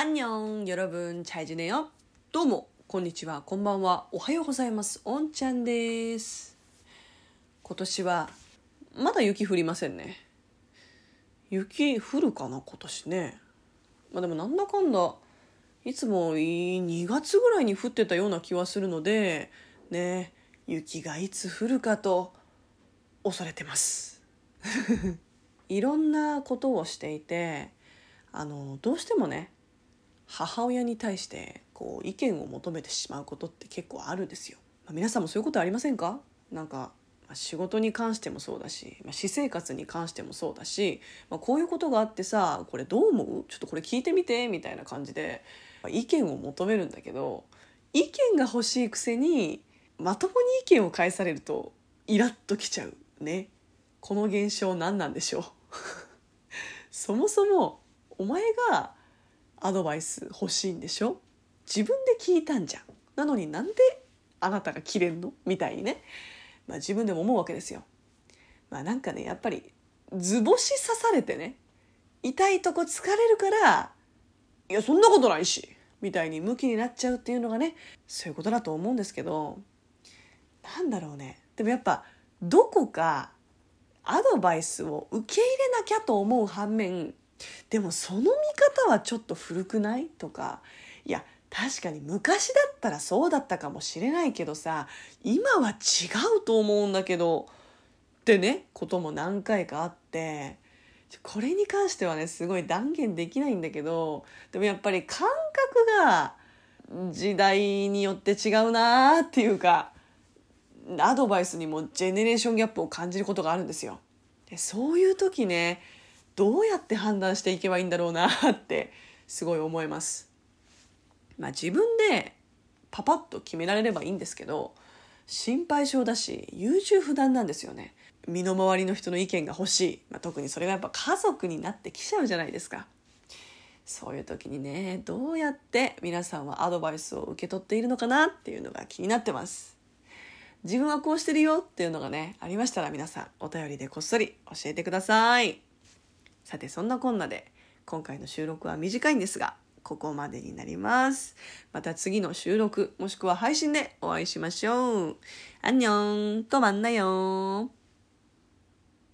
안녕 여러분 잘 지내요? どうもこんにちはこんばんはおはようございますおんちゃんです。今年はまだ雪降りませんね。雪降るかな今年ね。でもなんだかんだいつも2月ぐらいに降ってたような気はするのでね、雪がいつ降るかと恐れてますいろんなことをしていてどうしてもね母親に対して意見を求めてしまうことって結構あるんですよ。皆さんもそういうことありませんか？なんか仕事に関してもそうだし、私生活に関してもそうだし、こういうことがあってさこれどう思う？ちょっとこれ聞いてみてみたいな感じで意見を求めるんだけど、意見が欲しいくせにまともに意見を返されるとイラッときちゃうね。この現象何なんでしょうそもそもお前がアドバイス欲しいんでしょ？自分で聞いたんじゃん。なのになんであなたが切れんのみたいにね、自分でも思うわけですよ。なんかねやっぱり図星刺されてね、痛いとこ疲れるからいやそんなことないしみたいにムキになっちゃうっていうのがね、そういうことだと思うんですけど、なんだろうね。でもやっぱどこかアドバイスを受け入れなきゃと思う反面、でもその見方はちょっと古くないとか、いや確かに昔だったらそうだったかもしれないけどさ今は違うと思うんだけどってねことも何回かあって、これに関してはねすごい断言できないんだけど、でもやっぱり感覚が時代によって違うなっていうか、アドバイスにもジェネレーションギャップを感じることがあるんですよ。でそういう時ねどうやって判断していけばいいんだろうなってすごい思います。自分でパパッと決められればいいんですけど、心配性だし優柔不断なんですよね。身の回りの人の意見が欲しい、特にそれがやっぱ家族になってきちゃうじゃないですか。そういう時にねどうやって皆さんはアドバイスを受け取っているのかなっていうのが気になってます。自分はこうしてるよっていうのがねありましたら皆さんお便りでこっそり教えてください。さてそんなこんなで今回の収録は短いんですがここまでになります。また次の収録もしくは配信でお会いしましょう。안녕、と만나요。